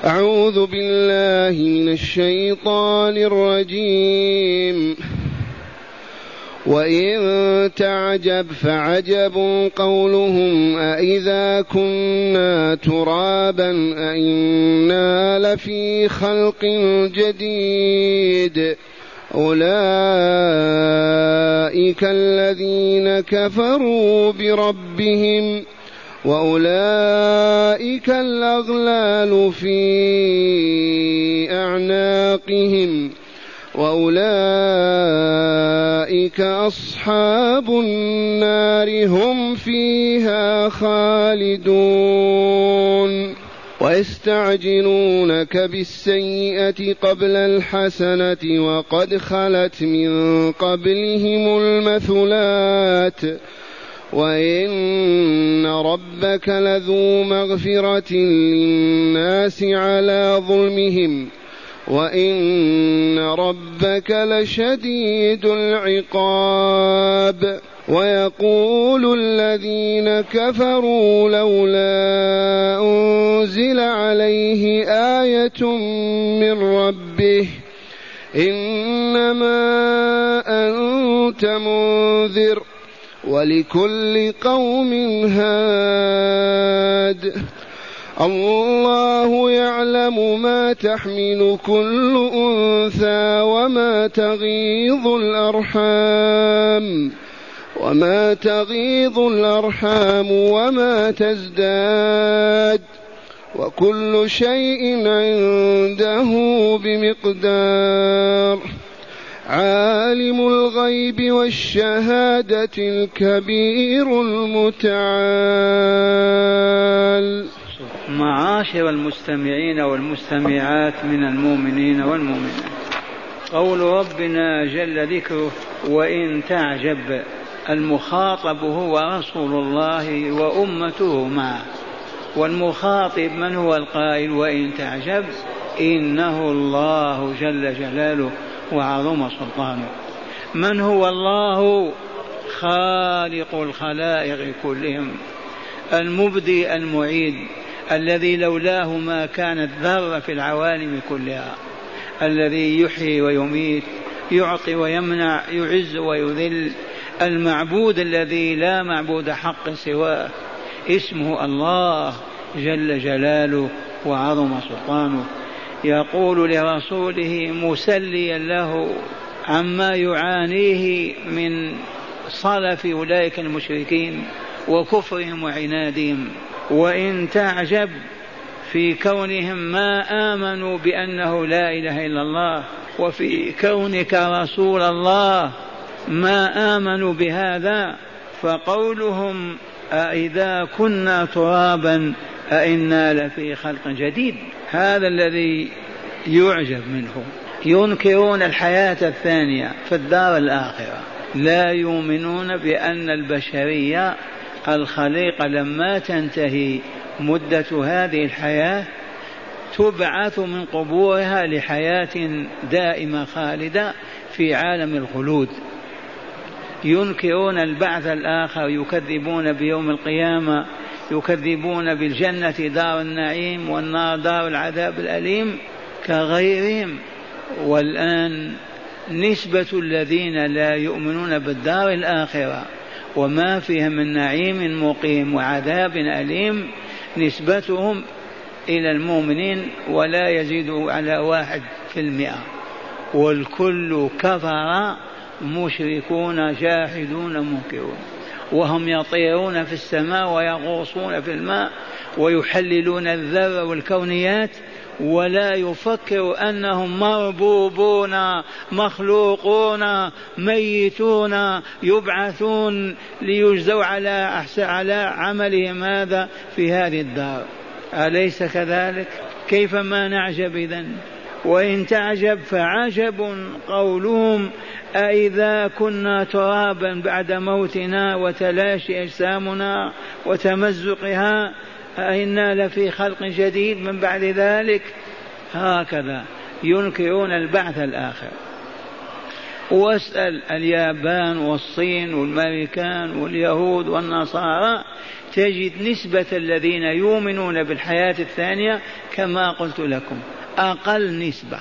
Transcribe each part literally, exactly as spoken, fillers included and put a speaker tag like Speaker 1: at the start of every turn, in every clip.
Speaker 1: أعوذ بالله من الشيطان الرجيم. وإن تعجب فعجب قولهم أإذا كنا ترابا أإنا لفي خلق جديد أولئك الذين كفروا بربهم وأولئك الأغلال في أعناقهم وأولئك أصحاب النار هم فيها خالدون. ويستعجلونك بالسيئة قبل الحسنة وقد خلت من قبلهم المثلات وإن ربك لذو مغفرة للناس على ظلمهم وإن ربك لشديد العقاب. ويقول الذين كفروا لولا أنزل عليه آية من ربه إنما أنت منذر ولكل قوم هاد الله يعلم ما تحمل كل أنثى وما تغيض الأرحام وما تغيض الأرحام وما تزداد وكل شيء عنده بمقدار. عالم الغيب والشهادة الكبير المتعال.
Speaker 2: معاشر المستمعين والمستمعات من المؤمنين والمؤمنات، قول ربنا جل ذكره وإن تعجب، المخاطب هو رسول الله وأمته معه، والمخاطب من هو القائل وإن تعجب؟ إنه الله جل جلاله وعظم سلطانه. من هو الله؟ خالق الخلائق كلهم، المبدي المعيد، الذي لولاه ما كانت ذرة في العوالم كلها، الذي يحيي ويميت، يعطي ويمنع، يعز ويذل، المعبود الذي لا معبود حق سواه، اسمه الله جل جلاله وعظم سلطانه. يقول لرسوله مسليا له عما يعانيه من صلف أولئك المشركين وكفرهم وعنادهم: وإن تعجب في كونهم ما آمنوا بأنه لا إله إلا الله، وفي كونك رسول الله ما آمنوا بهذا، فقولهم أإذا كنا ترابا أإنا لفي خلق جديد، هذا الذي يعجب منه. ينكرون الحياة الثانية في الدار الآخرة، لا يؤمنون بأن البشرية الخليقة لما تنتهي مدة هذه الحياة تبعث من قبورها لحياة دائمة خالدة في عالم الخلود. ينكرون البعث الآخر، يكذبون بيوم القيامة، يكذبون بالجنة دار النعيم والنار دار العذاب الأليم كغيرهم. والآن نسبة الذين لا يؤمنون بالدار الآخرة وما فيها من نعيم مقيم وعذاب أليم نسبتهم إلى المؤمنين ولا يزيد على واحد في المئة، والكل كفر مشركون جاحدون منكرون، وهم يطيرون في السماء ويغوصون في الماء ويحللون الذر والكونيات، ولا يفكر أنهم مربوبون مخلوقون ميتون يبعثون ليجزوا على على عملهم هذا في هذه الدار. أليس كذلك؟ كيف ما نعجب إذن؟ وإن تعجب فعجب قولهم أإذا كنا ترابا بعد موتنا وتلاشي أجسامنا وتمزقها أئنا لفي خلق جديد من بعد ذلك. هكذا ينكرون البعث الآخر. واسأل اليابان والصين والأمريكان واليهود والنصارى تجد نسبة الذين يؤمنون بالحياة الثانية كما قلت لكم أقل نسبة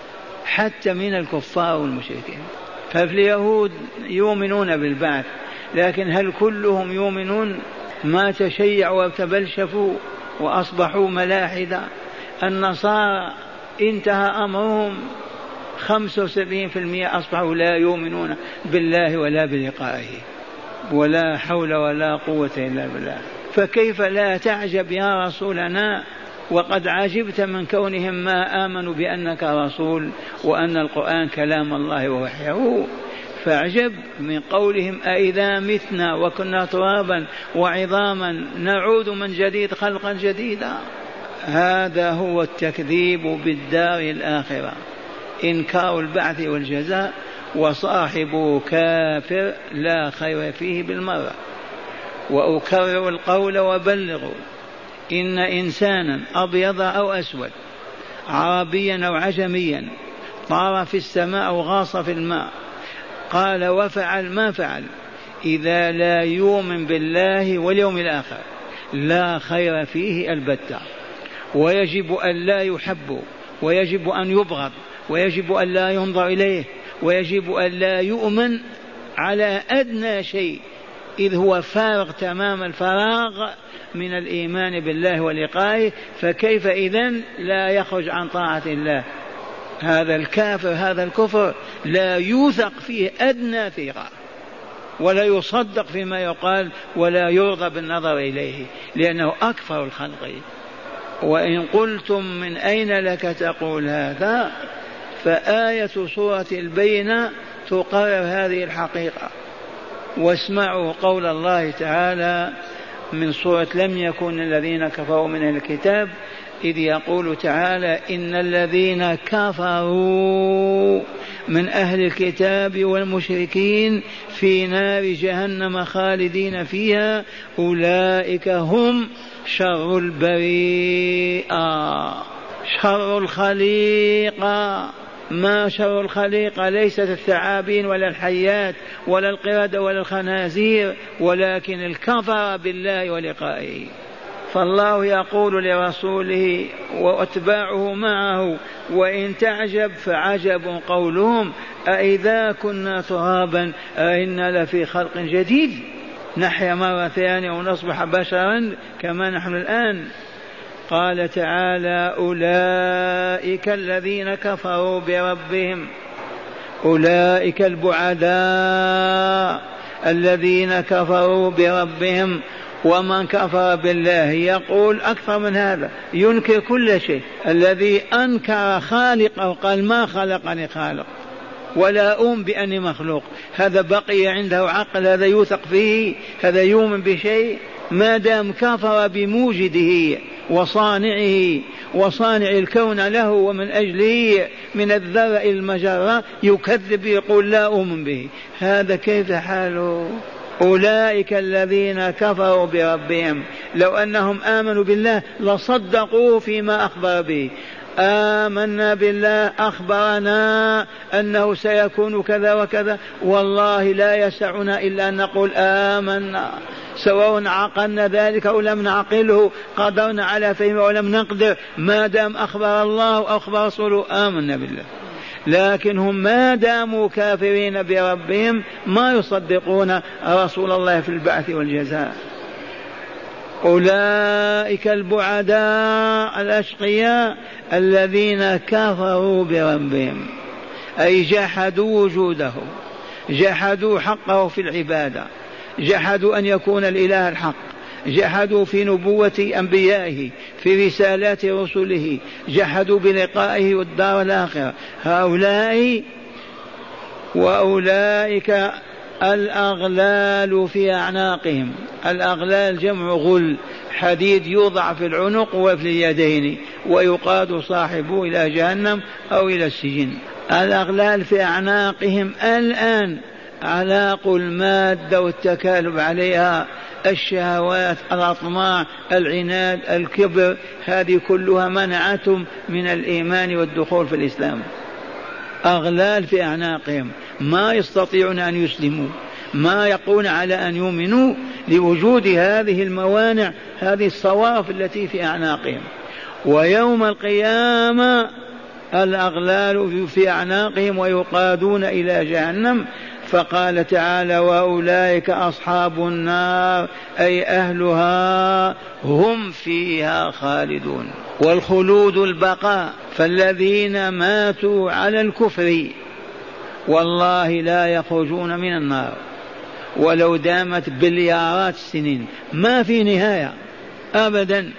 Speaker 2: حتى من الكفار والمشركين. ففي اليهود يؤمنون بالبعث، لكن هل كلهم يؤمنون؟ ما تشيعوا وتبلشفوا وأصبحوا ملاحدة. النصارى انتهى أمرهم، خمسة وسبعين في المئة أصبحوا لا يؤمنون بالله ولا بلقائه، ولا حول ولا قوة إلا بالله. فكيف لا تعجب يا رسولنا وقد عجبت من كونهم ما آمنوا بأنك رسول وأن القرآن كلام الله ووحيه. فاعجب من قولهم أئذا متنا وكنا ترابا وعظاما نعود من جديد خلقا جديدا. هذا هو التكذيب بالدار الآخرة، إنكار البعث والجزاء، وصاحبه كافر لا خير فيه بالمرة. وأكرر القول وبلغوا: إن إنسانا أبيض أو أسود، عربيا أو عجميا، طار في السماء أو غاص في الماء، قال وفعل ما فعل، إذا لا يؤمن بالله واليوم الآخر لا خير فيه البتة، ويجب أن لا يحب، ويجب أن يبغض، ويجب أن لا ينظر إليه، ويجب أن لا يؤمن على أدنى شيء، إذ هو فارغ تمام الفراغ من الإيمان بالله ولقائه. فكيف إذن لا يخرج عن طاعة الله؟ هذا الكافر، هذا الكفر لا يوثق فيه أدنى ثقة، ولا يصدق فيما يقال، ولا يرضى بالنظر إليه، لأنه أكفر الخلق. وإن قلتم من أين لك تقول هذا، فآية سورة البينة تقرر هذه الحقيقة. واسمعوا قول الله تعالى من سورة لم يكن الذين كفروا من الكتاب، إذ يقول تعالى: إن الذين كفروا من أهل الكتاب والمشركين في نار جهنم خالدين فيها أولئك هم شر البريئة، شر الخليقة. ما شر الخليقة؟ ليست الثعابين ولا الحيات ولا القردة ولا الخنازير، ولكن الكفر بالله ولقائه. فالله يقول لرسوله وأتباعه معه: وإن تعجب فعجب قولهم أئذا كنا ترابا أئنا لفي خلق جديد، نحيا مرة ثانية ونصبح بشرا كما نحن الآن. قال تعالى: أولئك الذين كفروا بربهم، أولئك البعداء الذين كفروا بربهم. ومن كفر بالله يقول أكثر من هذا، ينكر كل شيء. الذي أنكر خالقه قال ما خلقني خالق ولا أؤمن بأني مخلوق، هذا بقي عنده عقل؟ هذا يوثق فيه؟ هذا يؤمن بشيء؟ ما دام كفر بموجده وصانعه وصانع الكون له ومن أجله من الذرة إلى المجرة، يكذب يقول لا أؤمن به. هذا كيف حاله؟ أولئك الذين كفروا بربهم، لو أنهم آمنوا بالله لصدقوا فيما أخبر به. آمنا بالله، أخبرنا أنه سيكون كذا وكذا، والله لا يسعنا إلا أن نقول آمنا، سواء عقلنا ذلك أو لم نعقله، قدرنا على فهمه أو لم نقدر، ما دام أخبر الله أو أخبر رسوله آمنا بالله. لكن هم ما داموا كافرين بربهم ما يصدقون رسول الله في البعث والجزاء. أولئك البعداء الأشقياء الذين كفروا بربهم، أي جحدوا وجوده، جحدوا حقه في العبادة، جحدوا أن يكون الإله الحق، جحدوا في نبوة أنبيائه، في رسالات رسله، جحدوا بلقائه والدار الآخرة. هؤلاء وأولئك الأغلال في أعناقهم. الأغلال جمع غل، حديد يوضع في العنق وفي اليدين ويقاد صاحبه إلى جهنم أو إلى السجن. الأغلال في أعناقهم الآن، علاق المادة والتكالب عليها، الشهوات، الأطماع، العناد، الكبر، هذه كلها منعتهم من الإيمان والدخول في الإسلام. أغلال في أعناقهم. ما يستطيعون أن يسلموا، ما يقون على أن يؤمنوا لوجود هذه الموانع، هذه الصواف التي في أعناقهم. ويوم القيامة الأغلال في أعناقهم ويقادون إلى جهنم. فقال تعالى وأولئك أصحاب النار أي أهلها هم فيها خالدون. والخلود البقاء، فالذين ماتوا على الكفر والله لا يخرجون من النار ولو دامت بليارات السنين، ما في نهاية أبدا.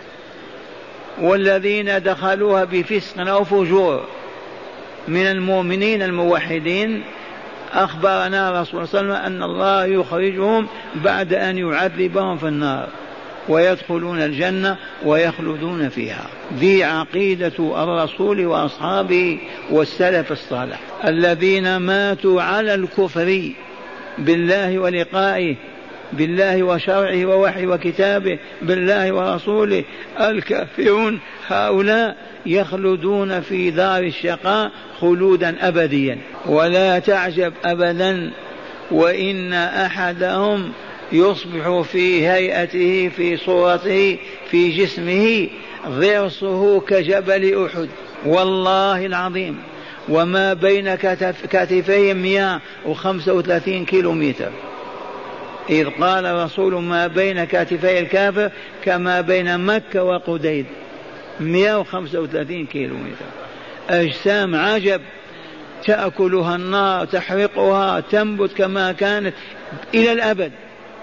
Speaker 2: والذين دخلوها بفسق أو فجور من المؤمنين الموحدين أخبرنا رسول الله صلى الله عليه وسلم أن الله يخرجهم بعد أن يعذبهم في النار ويدخلون الجنة ويخلدون فيها. ذي عقيدة الرسول وأصحابه والسلف الصالح. الذين ماتوا على الكفر بالله ولقائه، بالله وشرعه ووحي وكتابه، بالله ورسوله، الكافرون هؤلاء يخلدون في دار الشقاء خلودا أبديا. ولا تعجب أبدا وإن أحدهم يصبح في هيئته في صورته في جسمه ضرسه كجبل أحد والله العظيم، وما بين كتفيه مئة وخمسة وثلاثين كيلو متر، إذ قال رسول ما بين كتفي الكافر كما بين مكة وقديد، مئة وخمسة وثلاثين كيلو متر. أجسام عجب تأكلها النار تحرقها تنبت كما كانت إلى الأبد،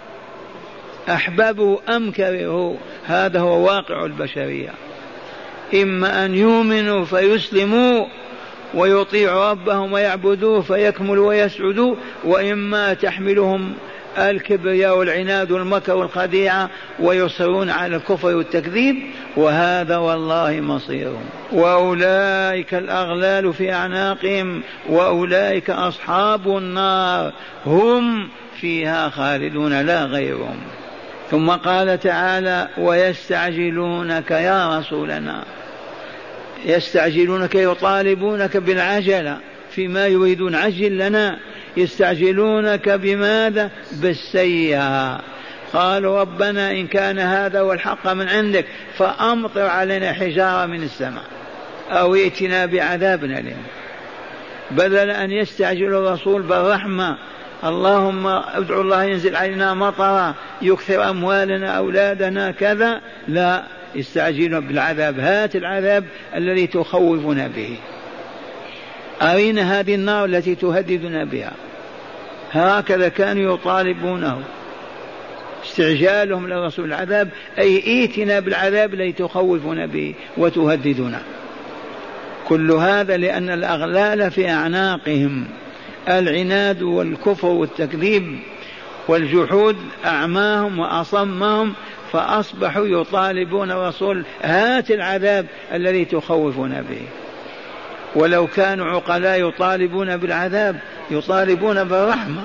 Speaker 2: أحببه أم كرهه. هذا هو واقع البشرية، إما أن يؤمنوا فيسلموا ويطيعوا ربهم ويعبدوه فيكملوا ويسعدوا، وإما تحملهم الكبرياء والعناد والمكر والخديعة ويصرون على الكفر والتكذيب، وهذا والله مصيرهم. وأولئك الأغلال في أعناقهم وأولئك أصحاب النار هم فيها خالدون لا غيرهم. ثم قال تعالى ويستعجلونك يا رسولنا، يستعجلونك يطالبونك بالعجلة فيما يريدون، عجل لنا. يستعجلونك بماذا؟ بالسيئة. قالوا ربنا إن كان هذا هو الحق من عندك فأمطر علينا حجارة من السماء أو ائتنا بعذاب أليم. بدل أن يستعجل الرسول بالرحمة اللهم ادعو الله ينزل علينا مطرا يكثر أموالنا أولادنا كذا، لا، يستعجلون بالعذاب. هات العذاب الذي تخوفنا به، أرينا هذه النار التي تهددنا بها. هكذا كانوا يطالبونه، استعجالهم للرسول العذاب أي ائتنا بالعذاب الذي تخوفنا به وتهددنا. كل هذا لأن الأغلال في أعناقهم، العناد والكفر والتكذيب والجحود أعماهم وأصمهم، فأصبحوا يطالبون الرسول هات العذاب الذي تخوفنا به. ولو كانوا عقلاء يطالبون بالعذاب، يطالبون بالرحمة،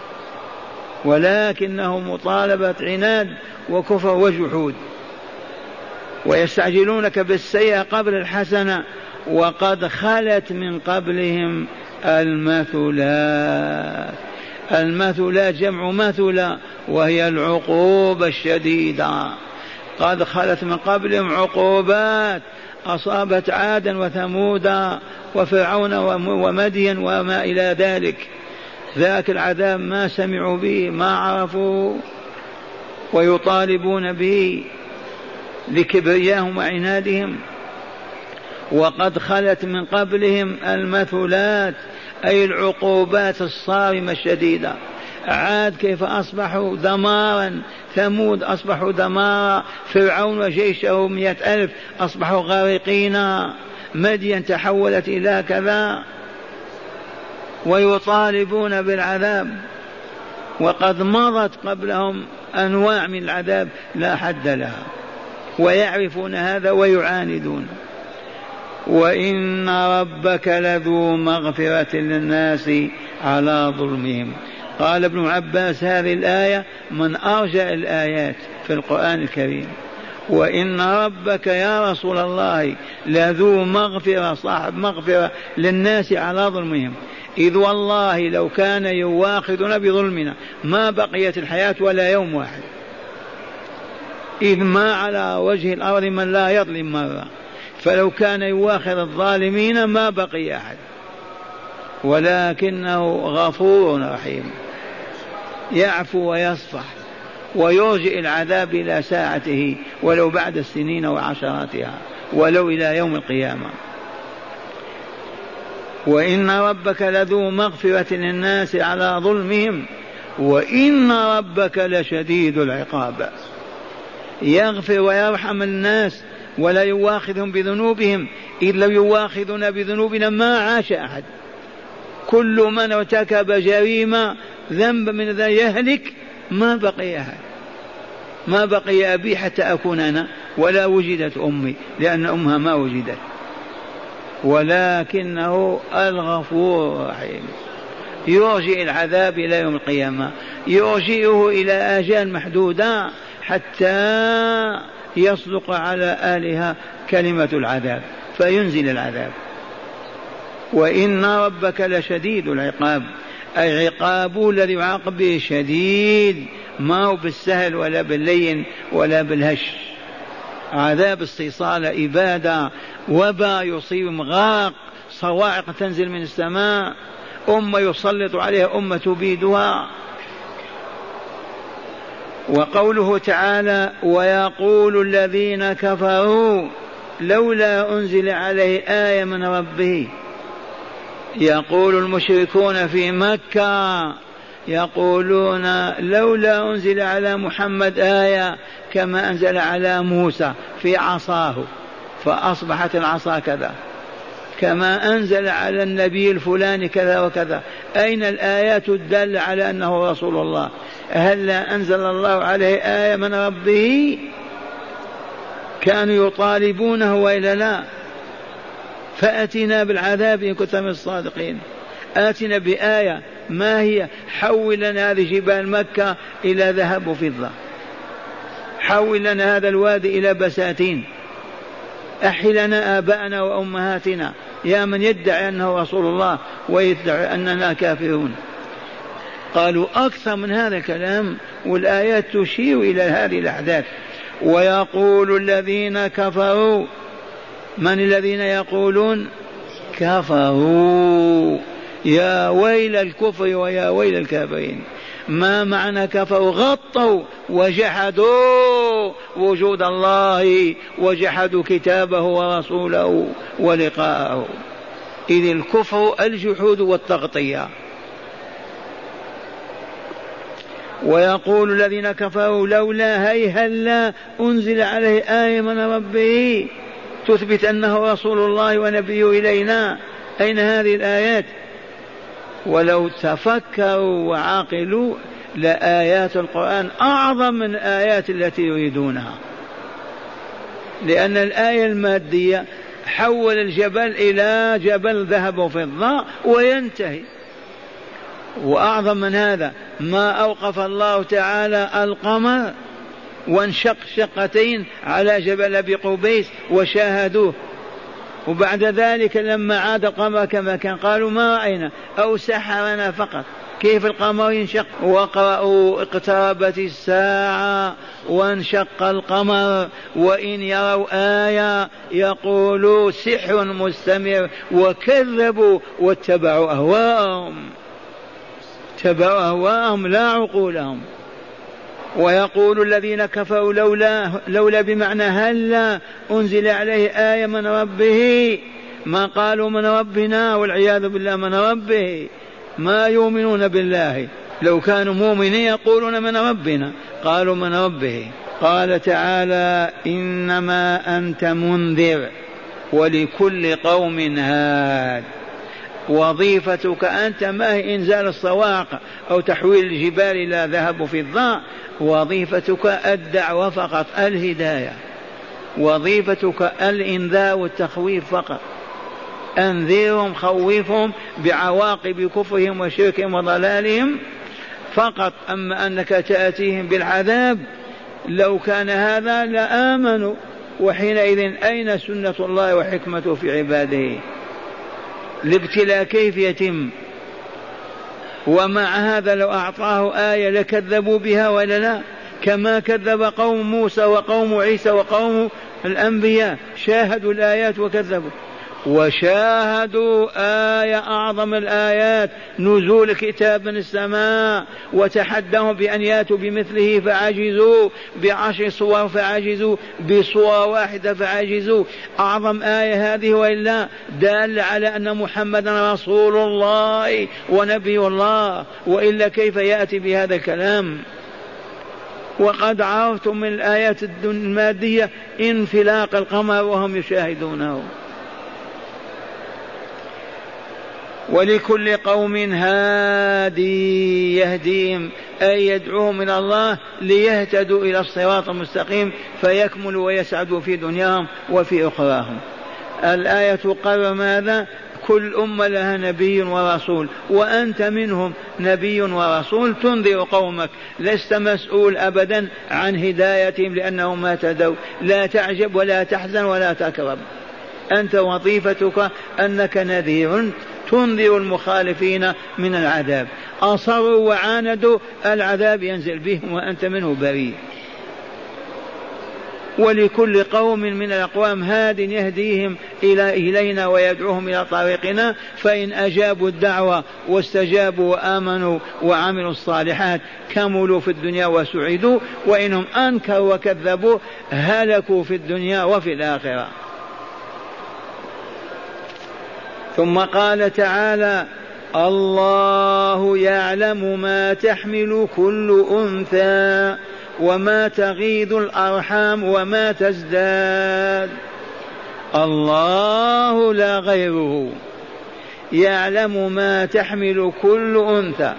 Speaker 2: ولكنه مطالبة عناد وكفر وجحود. ويستعجلونك بالسيئة قبل الحسنة وقد خلت من قبلهم المثلات. المثلات جمع مثلة وهي العقوبة الشديدة. قد خلت من قبلهم عقوبات أصابت عادا وثمودا وفرعون ومدين وما إلى ذلك. ذاك العذاب ما سمعوا به ما عرفوا ويطالبون به لكبرياهم وعنادهم. وقد خلت من قبلهم المثلات أي العقوبات الصارمة الشديدة. عاد كيف أصبحوا دمارا، ثمود أصبحوا دمارا، فرعون وجيشه مئة ألف أصبحوا غارقين، مدين تحولت إلى كذا، ويطالبون بالعذاب. وقد مضت قبلهم أنواع من العذاب لا حد لها، ويعرفون هذا ويعاندون. وإن ربك لذو مغفرة للناس على ظلمهم. قال ابن عباس هذه الآية من أرجع الآيات في القرآن الكريم. وإن ربك يا رسول الله لذو مغفرة، صاحب مغفرة للناس على ظلمهم، إذ والله لو كان يواخذنا بظلمنا ما بقيت الحياة ولا يوم واحد، إذ ما على وجه الأرض من لا يظلم مرة، فلو كان يواخذ الظالمين ما بقي أحد، ولكنه غفور رحيم يعفو ويصفح ويرجئ العذاب إلى ساعته ولو بعد السنين وعشراتها ولو إلى يوم القيامة. وإن ربك لذو مغفرة للناس على ظلمهم وإن ربك لشديد العقاب. يغفر ويرحم الناس ولا يواخذهم بذنوبهم، إذ لو يواخذنا بذنوبنا ما عاش أحد. كل من ارتكب جريمة ذنب من ذا يهلك، ما بقي أحد، ما بقي أبي حتى أكون أنا ولا وجدت أمي لأن أمها ما وجدت، ولكنه الغفور الرحيم يرجئ العذاب إلى يوم القيامة، يرجئه إلى آجال محدودة حتى يصدق على آلها كلمة العذاب فينزل العذاب. وإن ربك لشديد العقاب، أي عقابه الذي يعاقب به شديد، ما هو بالسهل ولا باللين ولا بالهش. عذاب استيصال إبادة، وبا يصيب مغاق، صواعق تنزل من السماء، أمة يسلط عليها أمة تبيدها. وقوله تعالى ويقول الذين كفروا لولا أنزل عليه آية من ربه. يقول المشركون في مكة يقولون لولا أنزل على محمد آية كما أنزل على موسى في عصاه فأصبحت العصا كذا، كما أنزل على النبي الفلاني كذا وكذا. أين الآيات الدالة على أنه رسول الله؟ هل لا أنزل الله عليه آية من ربه؟ كانوا يطالبونه وإلا لا؟ فأتنا بالعذاب إن كنت من الصادقين، آتنا بآية. ما هي؟ حول لنا هذه جبال مكة إلى ذهب وفضة، حول لنا هذا الوادي إلى بساتين، أحي لنا آباءنا وأمهاتنا، يا من يدعي أنه رسول الله ويدعي أننا كافرون. قالوا أكثر من هذا الكلام، والآيات تشير إلى هذه الأحداث. ويقول الذين كفروا، من الذين يقولون؟ كفروا، يا ويل الكفر ويا ويل الكافرين. ما معنى كفروا؟ غطوا وجحدوا وجود الله وجحدوا كتابه ورسوله ولقاءه. إذ الكفر الجحود والتغطية. ويقول الذين كفروا لولا هي هلا أنزل عليه آية من ربه تثبت أنه رسول الله ونبيه إلينا. أين هذه الآيات؟ ولو تفكروا وعاقلوا لآيات القرآن أعظم من الآيات التي يريدونها، لأن الآية المادية حول الجبل إلى جبل ذهب وفضة وينتهي. وأعظم من هذا ما أوقف الله تعالى القمر وانشق شقتين على جبل أبي قبيس وشاهدوه، وبعد ذلك لما عاد القمر كما كان قالوا ما رأينا أو سحرنا فقط. كيف القمر ينشق؟ وقرأوا اقتربت الساعة وانشق القمر وإن يروا آية يقولوا سحر مستمر، وكذبوا واتبعوا أهواءهم، اتبعوا أهواءهم لا عقولهم. ويقول الذين كفروا لولا لولا بمعنى هلا أنزل عليه آية من ربه. ما قالوا من ربنا والعياذ بالله من ربه، ما يؤمنون بالله. لو كانوا مؤمنين يقولون من ربنا، قالوا من ربه. قال تعالى إنما أنت منذر ولكل قوم هاد. وظيفتك أنت ما هي إنزال الصواعق أو تحويل الجبال إلى ذهب وفضة، وظيفتك الدعوة فقط، الهداية. وظيفتك الإنذار والتخويف فقط، أنذرهم خوفهم بعواقب كفرهم وشركهم وضلالهم فقط. أما أنك تأتيهم بالعذاب لو كان هذا لآمنوا، وحينئذ أين سنة الله وحكمته في عباده؟ الابتلاء كيف يتم؟ ومع هذا لو أعطاه آية لكذبوا بها ولا لا؟ كما كذب قوم موسى وقوم عيسى وقوم الأنبياء، شاهدوا الآيات وكذبوا. وشاهدوا آية أعظم الآيات نزول كتاب من السماء، وتحدهم بأن ياتوا بمثله فعجزوا، بعشر صور فعجزوا، بصورة واحدة فعجزوا. أعظم آية هذه وإلا دال على أن محمدا رسول الله ونبي الله، وإلا كيف يأتي بهذا الكلام؟ وقد عرفتم من الآيات المادية انفلاق القمر وهم يشاهدونه. ولكل قوم هادي يهديهم أي يدعوهم إلى الله ليهتدوا إلى الصراط المستقيم فيكملوا ويسعدوا في دنياهم وفي أخراهم. الآية قرر ماذا؟ كل أمة لها نبي ورسول، وأنت منهم نبي ورسول تنذر قومك، لست مسؤول أبدا عن هدايتهم لأنهم ما اهتدوا. لا تعجب ولا تحزن ولا تكرب، أنت وظيفتك أنك نذير تنذر المخالفين من العذاب. أصروا وعاندوا العذاب ينزل بهم وأنت منه بريء. ولكل قوم من الأقوام هاد يهديهم إلى إلينا ويدعوهم إلى طريقنا، فإن أجابوا الدعوة واستجابوا وآمنوا وعملوا الصالحات كملوا في الدنيا وسعدوا، وإنهم أنكروا وكذبوا هلكوا في الدنيا وفي الآخرة. ثم قال تعالى: الله يعلم ما تحمل كل أنثى وما تغيض الأرحام وما تزداد. الله لا غيره يعلم ما تحمل كل أنثى.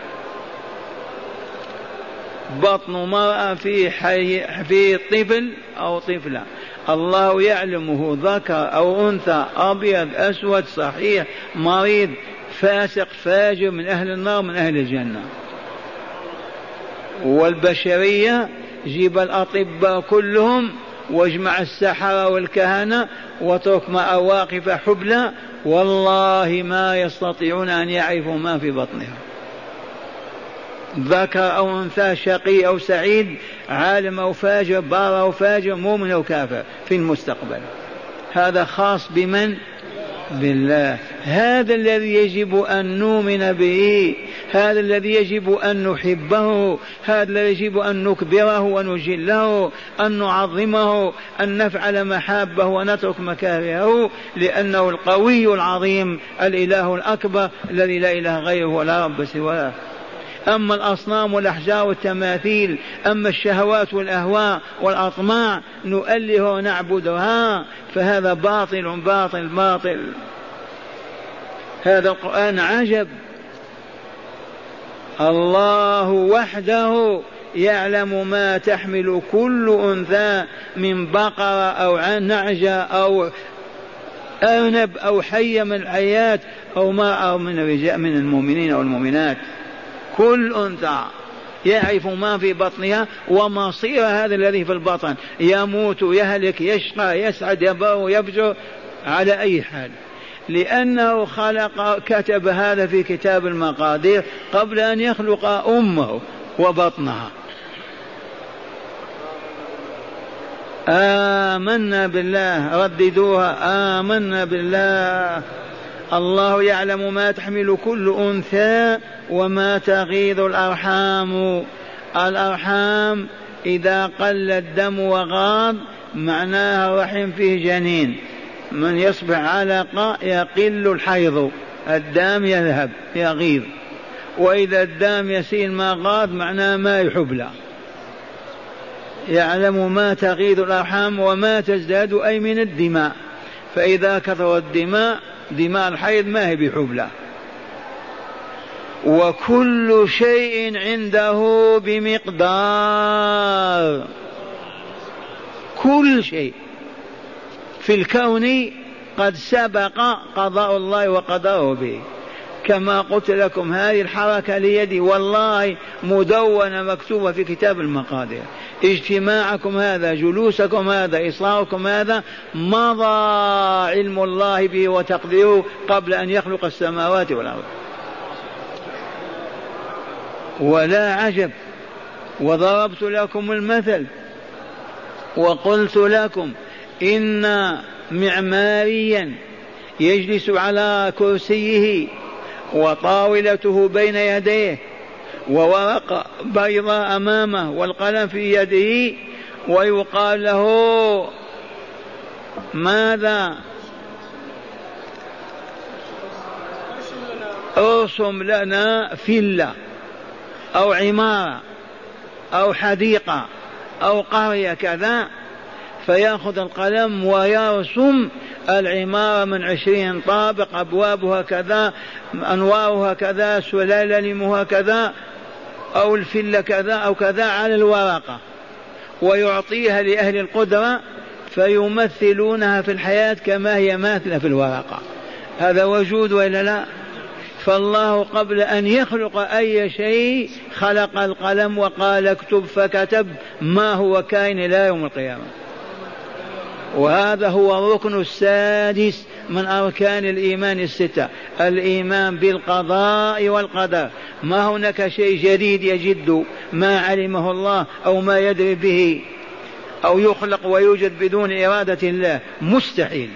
Speaker 2: بطن مرأة في, حي في طفل أو طفلة، الله يعلمه ذكر أو أنثى، أبيض أسود، صحيح مريض، فاسق فاجر، من أهل النار من أهل الجنة. والبشرية جيب الأطباء كلهم واجمع السحرة والكهنة واترك مع واقف حبلى، والله ما يستطيعون أن يعرفوا ما في بطنها، ذكر أو أنثى، شقي أو سعيد، عالم أو فاجر، بار أو فاجر، مؤمن أو كافر في المستقبل. هذا خاص بمن؟ بالله. هذا الذي يجب أن نؤمن به، هذا الذي يجب أن نحبه، هذا الذي يجب أن نكبره ونجله، أن نعظمه، أن نفعل محابه ونترك مكارهه، لأنه القوي العظيم الإله الأكبر الذي لا إله غيره ولا رب سواه. أما الأصنام والأحجار والتماثيل، أما الشهوات والأهواء والأطماع نؤله ونعبدها، فهذا باطل باطل باطل. هذا القرآن عجب. الله وحده يعلم ما تحمل كل أنثى من بقرة أو نعجة أو أرنب أو حية من الحيات أو مرأة من الرجال من المؤمنين أو المؤمنات. كل أنثى يعرف ما في بطنها ومصير هذا الذي في البطن، يموت يهلك يشقى يسعد يبر يفجر على أي حال، لأنه خلق كتب هذا في كتاب المقادير قبل أن يخلق أمه وبطنها. آمنا بالله، رددوها، آمنا بالله. الله يعلم ما تحمل كل أنثى وما تغيض الأرحام. الأرحام إذا قل الدم وغاض معناها رحم فيه جنين، من يصبح علقة يقل الحيض، الدم يذهب يغيض، وإذا الدم يسيل ما غاض معناه ما يحبل. يعلم ما تغيض الأرحام وما تزداد أي من الدماء، فإذا كثر الدماء دماء الحيض ما هي بحبلة. وكل شيء عنده بمقدار، كل شيء في الكون قد سبق قضاء الله وقدره به. كما قلت لكم هذه الحركة ليدي والله مدونة مكتوبة في كتاب المقادير. اجتماعكم هذا، جلوسكم هذا، إصراركم هذا، مضى علم الله به وتقديره قبل أن يخلق السماوات والأرض. ولا عجب. وضربت لكم المثل وقلت لكم إن معماريا يجلس على كرسيه وطاولته بين يديه وورقة بيضاء أمامه والقلم في يده، ويقال له ماذا؟ ارسم لنا فيلا أو عمارة أو حديقة أو قرية كذا، فيأخذ القلم ويرسم العمارة من عشرين طابق، أبوابها كذا، أنوارها كذا، سلالمها كذا، أو الفيلا كذا أو كذا على الورقة، ويعطيها لأهل القدرة فيمثلونها في الحياة كما هي ماثلة في الورقة. هذا وجود ولا لا؟ فالله قبل أن يخلق أي شيء خلق القلم وقال اكتب، فكتب ما هو كائن إلى يوم القيامة. وهذا هو الركن السادس من أركان الإيمان الستة، الإيمان بالقضاء والقدر. ما هناك شيء جديد يجد ما علمه الله أو ما يدري به أو يخلق ويوجد بدون إرادة الله، مستحيل.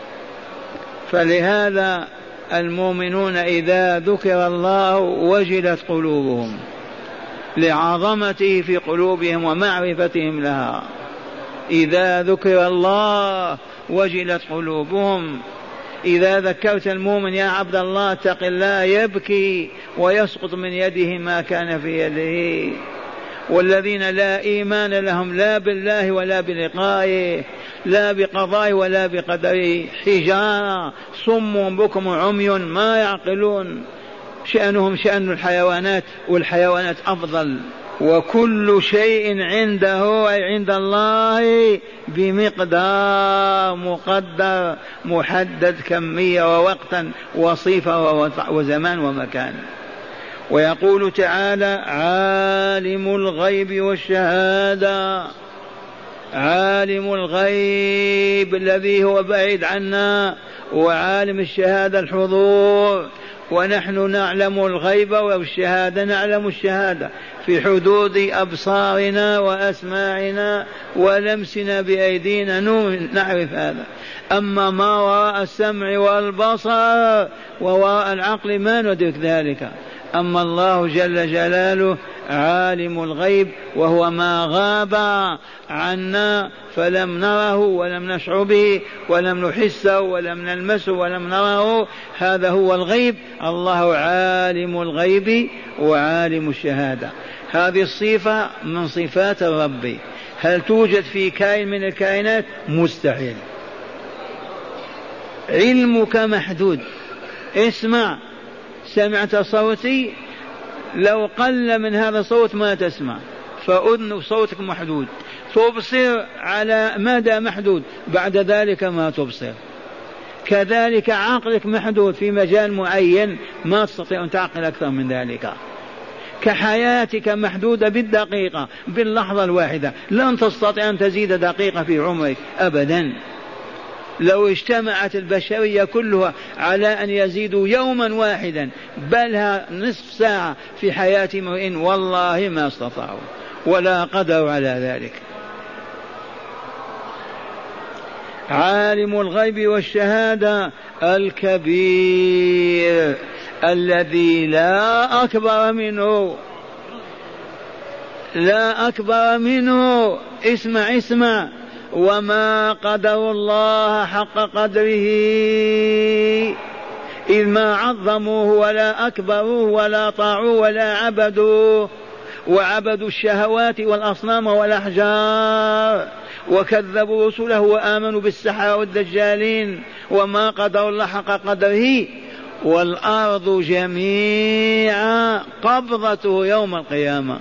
Speaker 2: فلهذا المؤمنون إذا ذكر الله وجلت قلوبهم لعظمته في قلوبهم ومعرفتهم لها. إذا ذكر الله وجلت قلوبهم. إذا ذكرت المؤمن يا عبد الله اتق الله يبكي ويسقط من يده ما كان في يده. والذين لا إيمان لهم لا بالله ولا بلقائه، لا بقضاء ولا بقدره، حجارة صم بكم عمي ما يعقلون. شأنهم شأن الحيوانات، والحيوانات أفضل. وكل شيء عنده أي عند الله بمقدار مقدر محدد، كمية ووقتا وصفة وزمان ومكان. ويقول تعالى عالم الغيب والشهادة. عالم الغيب الذي هو بعيد عنا، وعالم الشهادة الحضور. ونحن نعلم الغيب والشهادة، نعلم الشهادة في حدود أبصارنا وأسماعنا ولمسنا بأيدينا نعرف هذا. أما ما وراء السمع والبصر ووراء العقل ما ندرك ذلك. أما الله جل جلاله عالم الغيب، وهو ما غاب عنا فلم نره ولم نشعر به ولم نحسه ولم نلمسه ولم نره، هذا هو الغيب. الله عالم الغيب وعالم الشهادة. هذه الصفة من صفات الرب. هل توجد في كائن من الكائنات؟ مستحيل. علمك محدود. اسمع، سمعت صوتي، لو قل من هذا الصوت ما تسمع، فأذن صوتك محدود. تبصر على مدى محدود، بعد ذلك ما تبصر. كذلك عقلك محدود في مجال معين، ما تستطيع أن تعقل أكثر من ذلك. كحياتك محدودة بالدقيقة، باللحظة الواحدة، لن تستطيع أن تزيد دقيقة في عمرك أبدا. لو اجتمعت البشرية كلها على أن يزيدوا يوما واحدا بل نصف ساعة في حياة امرئ والله ما استطاعوا ولا قدروا على ذلك. عالم الغيب والشهادة الكبير الذي لا أكبر منه، لا أكبر منه. اسمع اسمع، وما قدر الله حق قدره إذ ما عظموه ولا أكبروه ولا طاعوه ولا عبدوه، وعبدوا الشهوات والأصنام والأحجار وكذبوا رسله وآمنوا بالسحرة والدجالين. وما قدر الله حق قدره. والأرض جميعا قبضته يوم القيامة،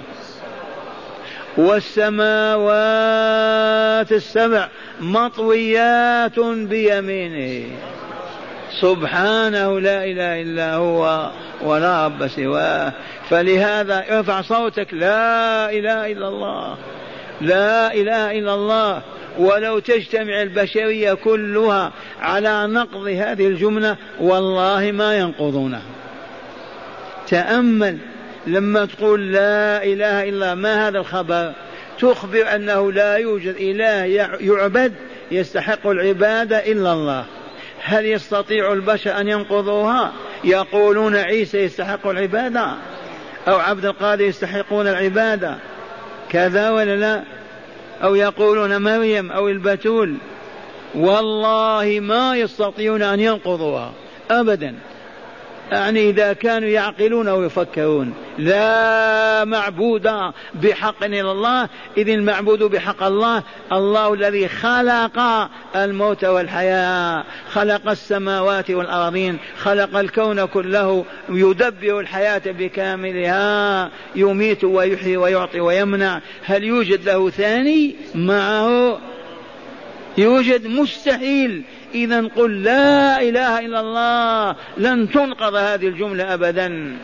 Speaker 2: والسماوات السبع مطويات بيمينه سبحانه لا إله إلا هو ولا رب سواه. فلهذا ارفع صوتك لا إله إلا الله، لا إله إلا الله. ولو تجتمع البشرية كلها على نقض هذه الجملة والله ما ينقضونها. تأمل لما تقول لا إله إلا الله ما هذا الخبر؟ تخبر أنه لا يوجد إله يعبد يستحق العبادة إلا الله. هل يستطيع البشر أن ينقضوها؟ يقولون عيسى يستحق العبادة أو عبد القادر يستحقون العبادة، كذا ولا لا؟ أو يقولون مريم أو البتول، والله ما يستطيعون أن ينقضوها أبدا. يعني إذا كانوا يعقلون أو يفكرون. لا معبود بحق إلا الله، إذ المعبود بحق الله الله الذي خلق الموت والحياة، خلق السماوات والأرضين، خلق الكون كله، يدبر الحياة بكاملها، يميت ويحيي ويعطي ويمنع. هل يوجد له ثاني معه؟ يوجد؟ مستحيل. إذا قل لا إله إلا الله لن تنقض هذه الجملة أبدا.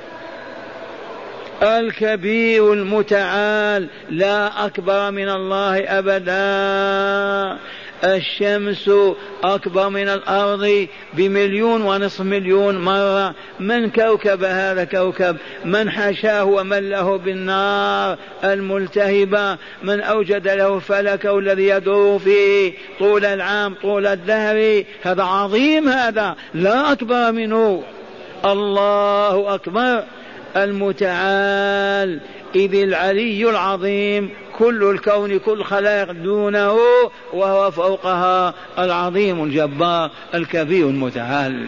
Speaker 2: الكبير المتعال لا أكبر من الله أبدا. الشمس أكبر من الأرض بمليون ونصف مليون مرة. من كوكب هذا كوكب؟ من حشاه ومن له بالنار الملتهبة؟ من أوجد له فلك الذي يدور فيه طول العام طول الدهر؟ هذا عظيم، هذا لا أكبر منه. الله أكبر المتعال، إذ العلي العظيم كل الكون كل خلائق دونه وهو فوقها العظيم الجبار الكبير المتعال.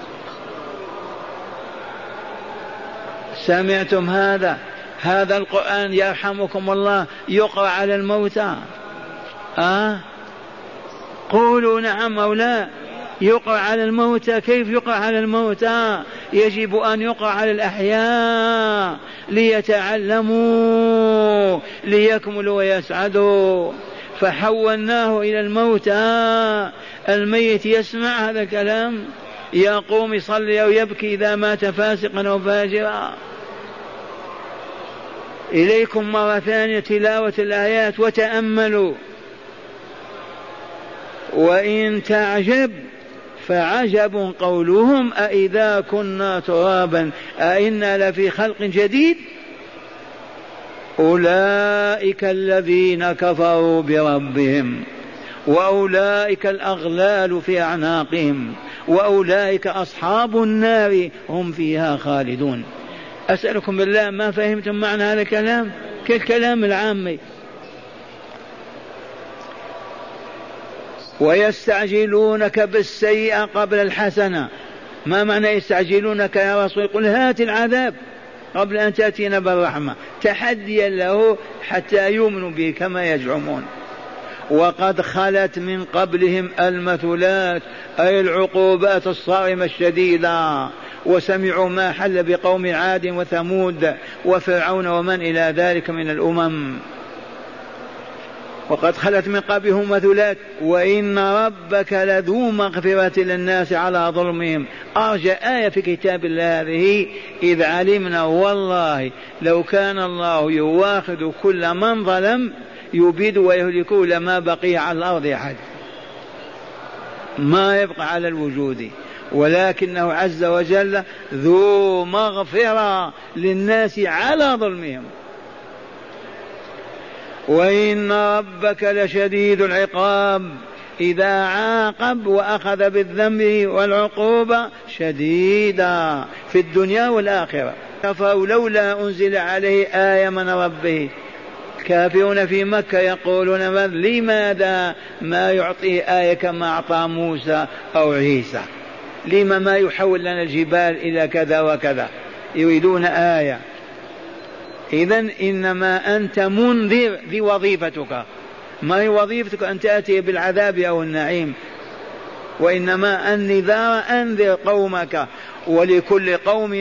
Speaker 2: سمعتم هذا؟ هذا القرآن يرحمكم الله يقرأ على الموتى. أه؟ قولوا نعم أو لا. يقرأ على الموتى. كيف يقرأ على الموتى؟ يجب أن يقرأ على الأحياء ليتعلموا ليكملوا ويسعدوا. فحولناه إلى الموتى. الميت يسمع هذا الكلام، يقوم يصلي أو يبكي إذا مات فاسقا أو فاجرا. إليكم مرة ثانية تلاوة الآيات وتأملوا. وإن تعجب فعجب قولهم أإذا كنا ترابا أإنا لفي خلق جديد. أولئك الذين كفروا بربهم وأولئك الأغلال في أعناقهم وأولئك أصحاب النار هم فيها خالدون. أسألكم بالله ما فهمتم معنى هذا الكلام؟ كالكلام العامي. ويستعجلونك بالسيئة قبل الحسنة. ما معنى يستعجلونك يا رسول؟ قل هات العذاب قبل أن تأتينا بالرحمة، تحديا له حتى يؤمنوا به كما يزعمون. وقد خلت من قبلهم المثلات أي العقوبات الصارمة الشديدة، وسمعوا ما حل بقوم عاد وثمود وفرعون ومن إلى ذلك من الأمم. وقد خلت من قبلهم مثلات وإن ربك لذو مغفرة للناس على ظلمهم. أرجى آية في كتاب الله هذه. إذ علمنا والله لو كان الله يواخذ كل من ظلم يبيد ويهلكه لما بقي على الأرض أحد، ما يبقى على الوجود، ولكنه عز وجل ذو مغفرة للناس على ظلمهم. وإن ربك لشديد العقاب إذا عاقب وأخذ بالذنب والعقوبة شديدا في الدنيا والآخرة. كفروا لولا أنزل عليه آية من ربه. كافرون في مكة يقولون لماذا ما يعطيه آية كما أعطى موسى أو عيسى؟ لما ما يحول لنا الجبال إلى كذا وكذا؟ يريدون آية. إذن إنما أنت منذر، ذي وظيفتك، ما هي وظيفتك أن تأتي بالعذاب أو النعيم، وإنما النذار أنذر قومك، ولكل قوم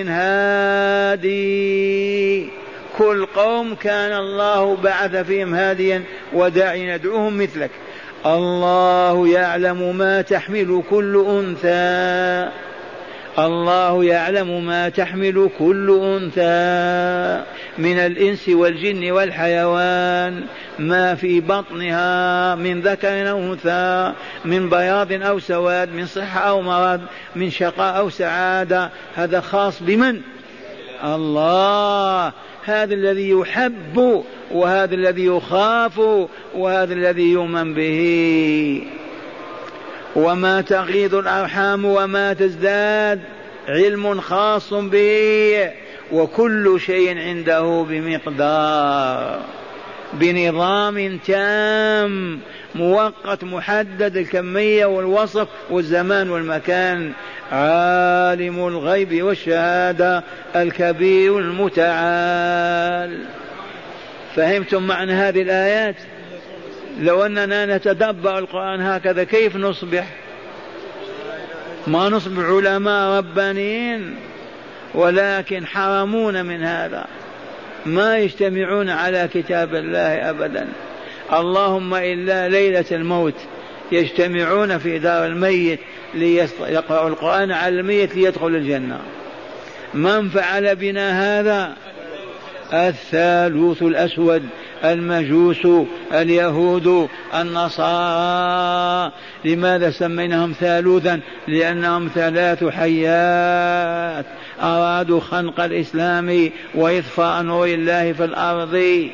Speaker 2: هادي. كل قوم كان الله بعث فيهم هاديا وداعيا يدعوهم مثلك. الله يعلم ما تحمل كل أنثى، الله يعلم ما تحمل كل أنثى من الإنس والجن والحيوان، ما في بطنها من ذكر أو أنثى، من بياض أو سواد، من صحة أو مرض، من شقاء أو سعادة. هذا خاص بمن؟ الله، هذا الذي يحب وهذا الذي يخاف وهذا الذي يؤمن به. وما تغيض الأرحام وما تزداد، علم خاص به، وكل شيء عنده بمقدار، بنظام تام مؤقت محدد، الكمية والوصف والزمان والمكان. عالم الغيب والشهادة الكبير المتعال. فهمتم معنى هذه الآيات؟ لو أننا نتدبر القرآن هكذا كيف نصبح؟ ما نصبح علماء ربانيين، ولكن حرمون من هذا، ما يجتمعون على كتاب الله أبدا. اللهم إلا ليلة الموت يجتمعون في دار الميت ليقرأوا القرآن على الميت ليدخل الجنة. من فعل بنا هذا؟ الثالوث الأسود، المجوس، اليهود، النصارى. لماذا سميناهم ثالوثا؟ لأنهم ثلاث حيات أرادوا خنق الإسلام وإطفاء نور الله في الأرض،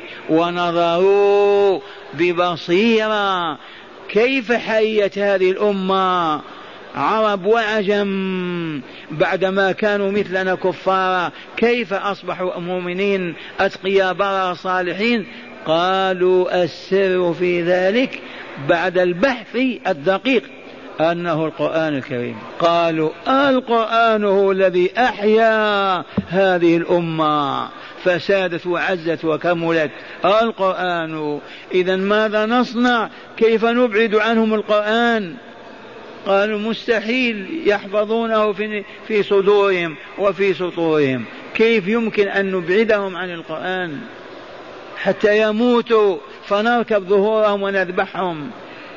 Speaker 2: ونظروا ببصيرة كيف حيت هذه الأمة، عرب وعجم، بعدما كانوا مثلنا كفارا كيف أصبحوا مؤمنين أتقياء بررة صالحين. قالوا السر في ذلك بعد البحث الدقيق أنه القرآن الكريم. قالوا القرآن هو الذي أحيا هذه الأمة فسادت وعزت وكملت، القرآن. إذن ماذا نصنع؟ كيف نبعد عنهم القرآن؟ قالوا مستحيل، يحفظونه في في صدورهم وفي سطورهم، كيف يمكن أن نبعدهم عن القرآن حتى يموتوا فنركب ظهورهم ونذبحهم؟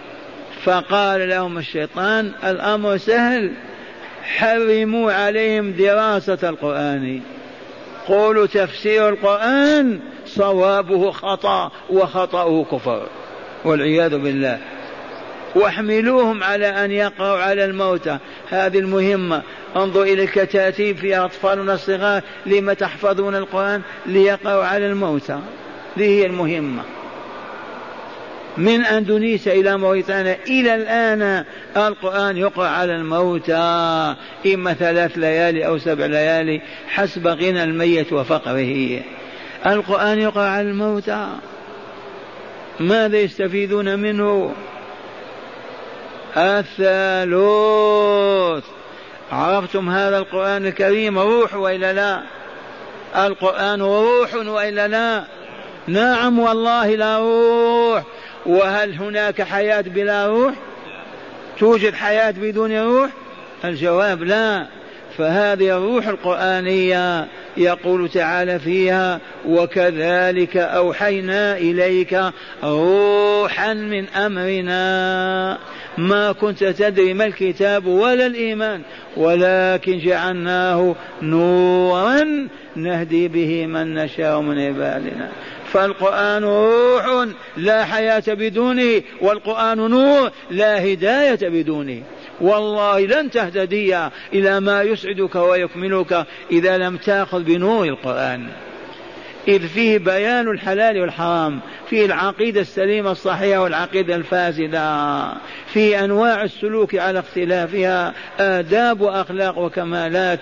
Speaker 2: فقال لهم الشيطان الأمر سهل، حرموا عليهم دراسة القرآن، قولوا تفسير القرآن صوابه خطأ وخطأه كفر والعياذ بالله، واحملوهم على أن يقرأوا على الموتى. هذه المهمة. انظر إلى الكتاتيب في أطفالنا الصغار، لما تحفظون القرآن؟ ليقرأوا على الموتى. هذه هي المهمة. من أندونيسيا إلى موريتانيا إلى الآن القرآن يقرأ على الموتى، إما ثلاث ليالي أو سبع ليالي حسب غنى الميت وفقره. القرآن يقرأ على الموتى، ماذا يستفيدون منه؟ الثالوث. عرفتم هذا القرآن الكريم روح وإلا لا؟ القرآن روح وإلا لا؟ نعم والله لا روح. وهل هناك حياة بلا روح؟ توجد حياة بدون روح؟ الجواب لا. فهذه الروح القرآنية يقول تعالى فيها وكذلك أوحينا إليك روحا من أمرنا ما كنت تدري ما الكتاب ولا الإيمان ولكن جعلناه نورا نهدي به من نشاء من عبادنا. فالقرآن روح لا حياة بدونه، والقرآن نور لا هداية بدونه. والله لن تهتدي إلى ما يسعدك ويكملك إذا لم تأخذ بنور القرآن، إذ فيه بيان الحلال والحرام، فيه العقيدة السليمة الصحيحة والعقيدة الفاسدة، فيه أنواع السلوك على اختلافها، آداب وأخلاق وكمالات.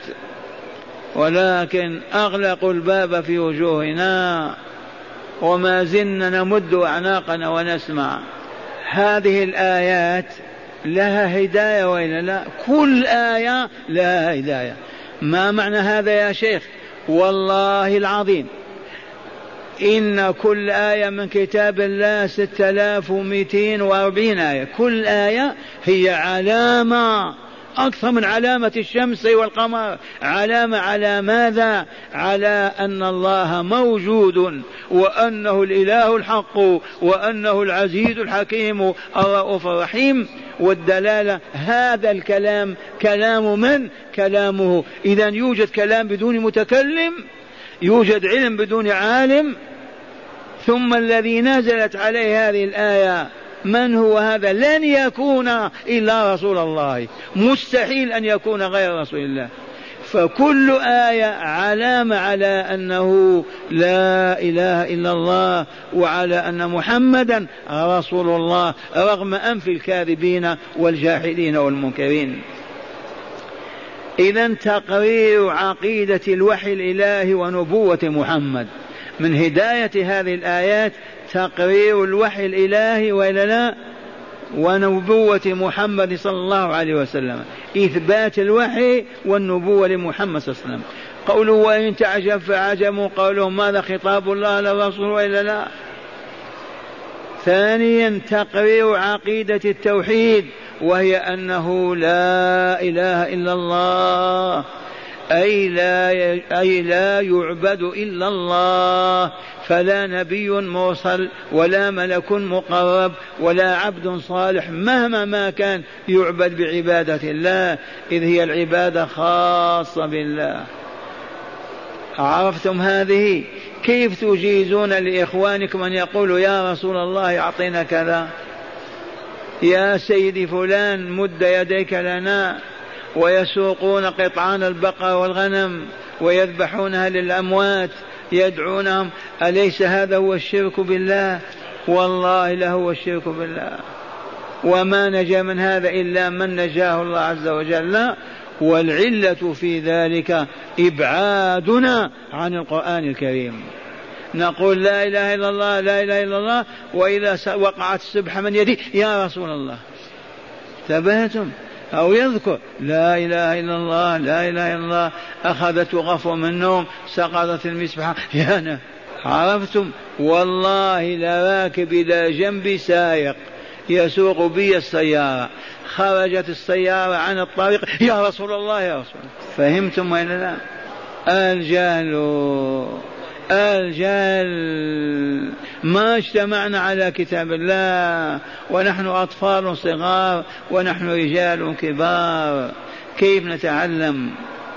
Speaker 2: ولكن أغلقوا الباب في وجوهنا وما زلنا نمد أعناقنا ونسمع. هذه الآيات لها هداية وإلا لا؟ كل آية لها هداية. ما معنى هذا يا شيخ؟ والله العظيم إن كل آية من كتاب الله ستة آلاف ومئتين وأربعين آية، كل آية هي علامة أكثر من علامة الشمس والقمر. علامة على ماذا؟ على أن الله موجود، وأنه الإله الحق، وأنه العزيز الحكيم الرؤوف الرحيم. والدلالة هذا الكلام كلام من؟ كلامه. إذن يوجد كلام بدون متكلم، يوجد علم بدون عالم. ثم الذي نزلت عليه هذه الآية من هو هذا؟ لن يكون إلا رسول الله، مستحيل أن يكون غير رسول الله. فكل آية علامة على أنه لا إله إلا الله وعلى أن محمدا رسول الله رغم أنف الكاذبين والجاحدين والمنكرين. إذن تقرير عقيدة الوحي الإلهي ونبوة محمد من هداية هذه الآيات تقرير الوحي الإلهي وإلا لا ونبوة محمد صلى الله عليه وسلم، إثبات الوحي والنبوة لمحمد صلى الله عليه وسلم. قوله وإن تعجب فعجب قولهم ماذا خطاب الله للرسول وإلا لا. ثانيا تقرير عقيدة التوحيد وهي أنه لا إله إلا الله، أي لا, أي لا يعبد إلا الله، فلا نبي مرسل ولا ملك مقرب ولا عبد صالح مهما ما كان يعبد بعبادة الله، إذ هي العبادة خاصة بالله. عرفتم هذه؟ كيف تجيزون لإخوانكم أن يقولوا يا رسول الله أعطينا كذا، يا سيدي فلان مد يديك لنا، ويسوقون قطعان البقر والغنم ويذبحونها للأموات يدعونهم، أليس هذا هو الشرك بالله؟ والله لهو الشرك بالله، وما نجا من هذا إلا من نجاه الله عز وجل. والعلة في ذلك إبعادنا عن القرآن الكريم. نقول لا إله إلا الله لا إله إلا الله، وإذا وقعت السبحة من يدي يا رسول الله ثبتم، أو يذكر لا إله إلا الله لا إله إلا الله، أخذت غفوة من النوم سقطت المسبحة يانا. عرفتم؟ والله لراكب إلى جنب سائق يسوق بي السيارة، خرجت السيارة عن الطريق يا رسول الله يا رسول الله. فهمتم ولا لا؟ الجهل الجهل ما اجتمعنا على كتاب الله ونحن أطفال صغار ونحن رجال كبار، كيف نتعلم؟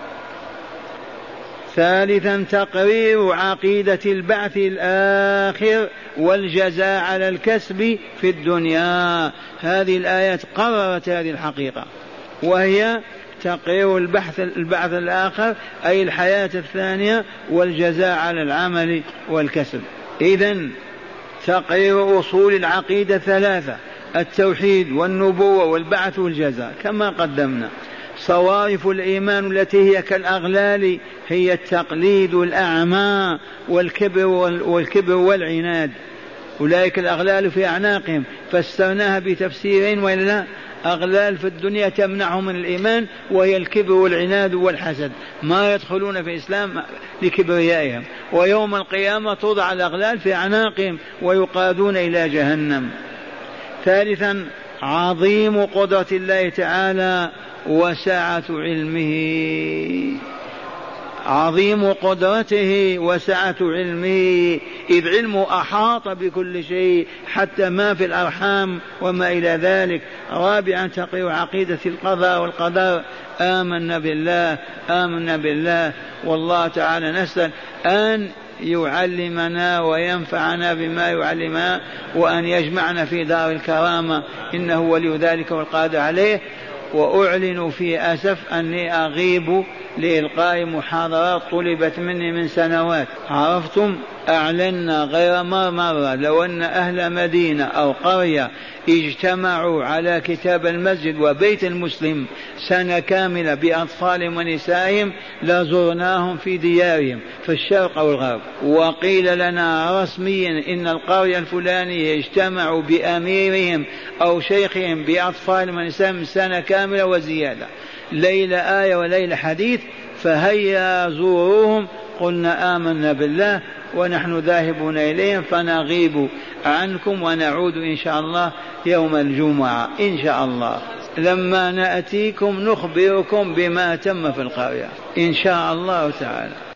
Speaker 2: ثالثا تقرير عقيدة البعث الآخر والجزاء على الكسب في الدنيا. هذه الآيات قررت هذه الحقيقة، وهي تقرير البحث البعث الآخر أي الحياة الثانية والجزاء على العمل والكسب. إذن تقرير أصول العقيدة ثلاثة: التوحيد والنبوة والبعث والجزاء كما قدمنا. صوارف الإيمان التي هي كالأغلال هي التقليد الأعمى والكبر والكبر والعناد، أولئك الأغلال في أعناقهم، فسرناها بتفسيرين وإلا لا. أغلال في الدنيا تمنعهم من الإيمان وهي الكبر والعناد والحسد، ما يدخلون في الإسلام لكبريائهم، ويوم القيامة توضع الأغلال في أعناقهم ويقادون إلى جهنم. ثالثا عظيم قدرة الله تعالى وسعة علمه، عظيم قدرته وسعة علمه، إذ علمه أحاط بكل شيء حتى ما في الأرحام وما إلى ذلك. رابعا تقرير عقيدة القضاء والقدر. آمنا بالله آمنا بالله، والله تعالى نسأل أن يعلمنا وينفعنا بما يعلمنا، وأن يجمعنا في دار الكرامة، إنه ولي ذلك والقادر عليه. وأعلن في أسف أني أغيب لإلقاء محاضرات طلبت مني من سنوات. عرفتم؟ أعلنا غير مرة لو أن أهل مدينة أو قرية اجتمعوا على كتاب المسجد وبيت المسلم سنة كاملة بأطفالهم ونسائهم لزرناهم في ديارهم في الشرق أو الغرب، وقيل لنا رسميا إن القرية الفلانية اجتمعوا بأميرهم أو شيخهم بأطفالهم ونسائهم سنة كاملة وزيادة، ليلة آية وليلة حديث، فهيا زوروهم. قلنا آمنا بالله ونحن ذاهبون إليهم، فنغيب عنكم ونعود إن شاء الله يوم الجمعة إن شاء الله. لما نأتيكم نخبركم بما تم في القرية إن شاء الله تعالى.